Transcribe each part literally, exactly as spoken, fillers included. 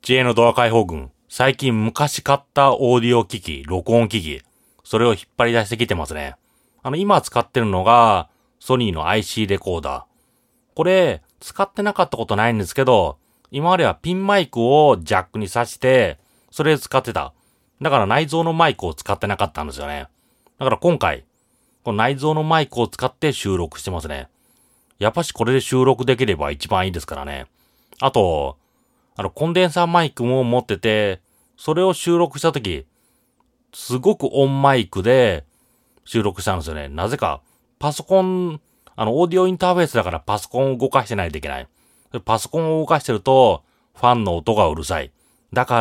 ジェー のドア開放軍、最近昔買ったオーディオ機器、録音機器、それを引っ張り出してきてますね。あの、今使ってるのが、ソニーの アイシー レコーダー。これ、使ってなかったことないんですけど、今まではピンマイクをジャックに挿して、それで使ってた。だから内蔵のマイクを使ってなかったんですよね。だから今回、この内蔵のマイクを使って収録してますね。やっぱしこれで収録できれば一番いいですからね。あと、あの、コンデンサーマイクも持ってて、それを収録したとき、すごくオンマイクで収録したんですよね。なぜか、パソコン、あの、オーディオインターフェースだからパソコンを動かしてないといけない。パソコンを動かしてると、ファンの音がうるさい。だから、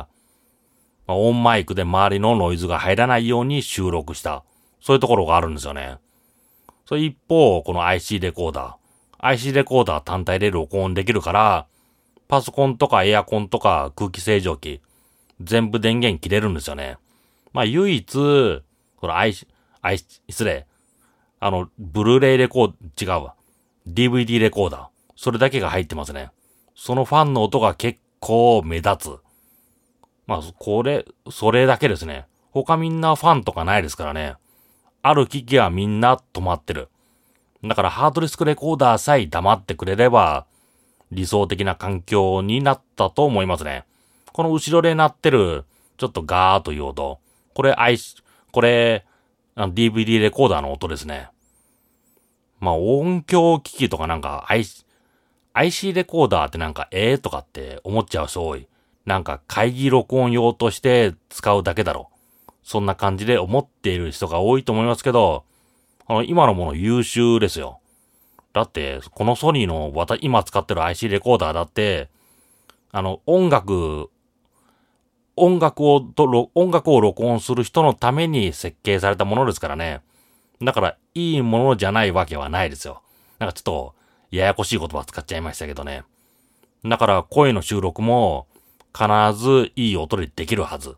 まあ、オンマイクで周りのノイズが入らないように収録した。そういうところがあるんですよね。それ一方、この アイシー レコーダー。アイシー レコーダー単体で録音できるから、パソコンとかエアコンとか空気清浄機、全部電源切れるんですよね。まあ唯一、この I、I、失礼。あの、ブルーレイレコー、違うわ。ディーブイディー レコーダー。それだけが入ってますね。そのファンの音が結構目立つ。まあ、これ、それだけですね。他みんなファンとかないですからね。ある機器はみんな止まってる。だからハードディスクレコーダーさえ黙ってくれれば、理想的な環境になったと思いますね。この後ろで鳴ってる、ちょっとガーという音。これ、I、これ、ディーブイディー レコーダーの音ですね。まあ、音響機器とかなんか、I、アイシー レコーダーってなんか、ええー、とかって思っちゃう人多い。なんか、会議録音用として使うだけだろ。そんな感じで思っている人が多いと思いますけど、あの、今のもの優秀ですよ。だって、このソニーの、今使ってる アイシー レコーダーだって、あの、音楽、音楽を、音楽を録音する人のために設計されたものですからね。だから、いいものじゃないわけはないですよ。なんかちょっと、ややこしい言葉使っちゃいましたけどね。だから、声の収録も、必ずいい音でできるはず。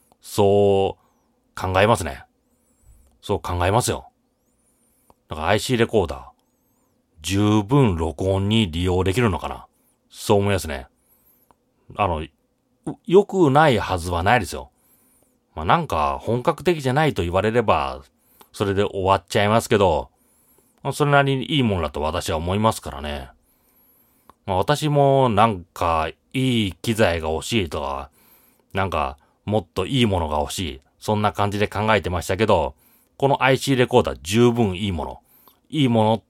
そう考えますね。そう考えますよ。だから アイシー レコーダー、十分録音に利用できるのかな。そう思いますね。あの、良くないはずはないですよ。まあ、なんか本格的じゃないと言われれば、それで終わっちゃいますけど、それなりにいいものだと私は思いますからね。まあ、私もなんかいい機材が欲しいとか、なんかもっといいものが欲しい。そんな感じで考えてましたけど、この アイシー レコーダー十分いいもの。いいものって、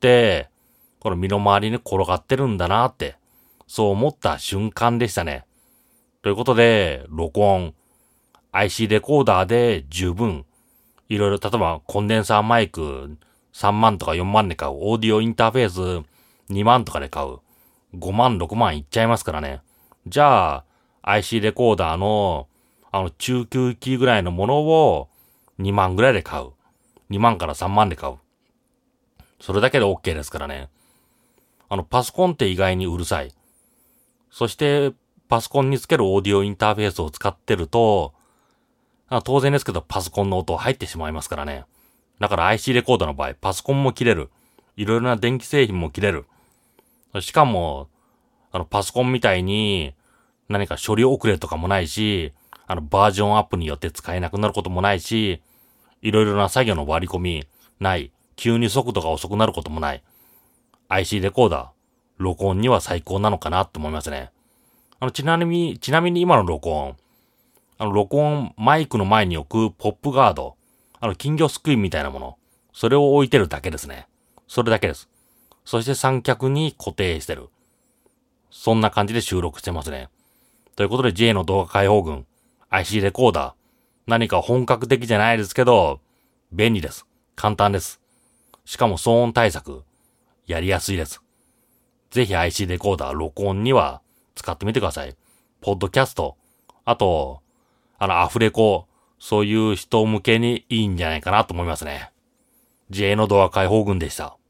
この身の回りに転がってるんだなって、そう思った瞬間でしたね。ということで、録音、アイシー レコーダーで十分、いろいろ、例えばコンデンサーマイクさんまんとかよんまんで買う、オーディオインターフェースにまんとかで買う、ごまんろくまんいっちゃいますからね。じゃあ、アイシー レコーダーの、あの中級機ぐらいのものをにまんぐらいで買う。にまんからさんまんで買う。それだけで OK ですからね。あの、パソコンって意外にうるさい。そして、パソコンにつけるオーディオインターフェースを使ってると、当然ですけどパソコンの音入ってしまいますからね。だから アイシー レコーダーの場合、パソコンも切れる。いろいろな電気製品も切れる。しかも、あの、パソコンみたいに何か処理遅れとかもないし、あの、バージョンアップによって使えなくなることもないし、いろいろな作業の割り込みない。急に速度が遅くなることもない。アイシー レコーダー、録音には最高なのかなって思いますね。あの、ちなみに、ちなみに今の録音、あの、録音、マイクの前に置くポップガード、あの、金魚すくいみたいなもの、それを置いてるだけですね。それだけです。そして三脚に固定してる。そんな感じで収録してますね。ということで ジェー の動画開放群、アイシー レコーダー、何か本格的じゃないですけど、便利です。簡単です。しかも騒音対策、やりやすいです。ぜひ アイシー レコーダー録音には使ってみてください。ポッドキャスト、あと、あのアフレコ、そういう人向けにいいんじゃないかなと思いますね。ジェー の動画開放群でした。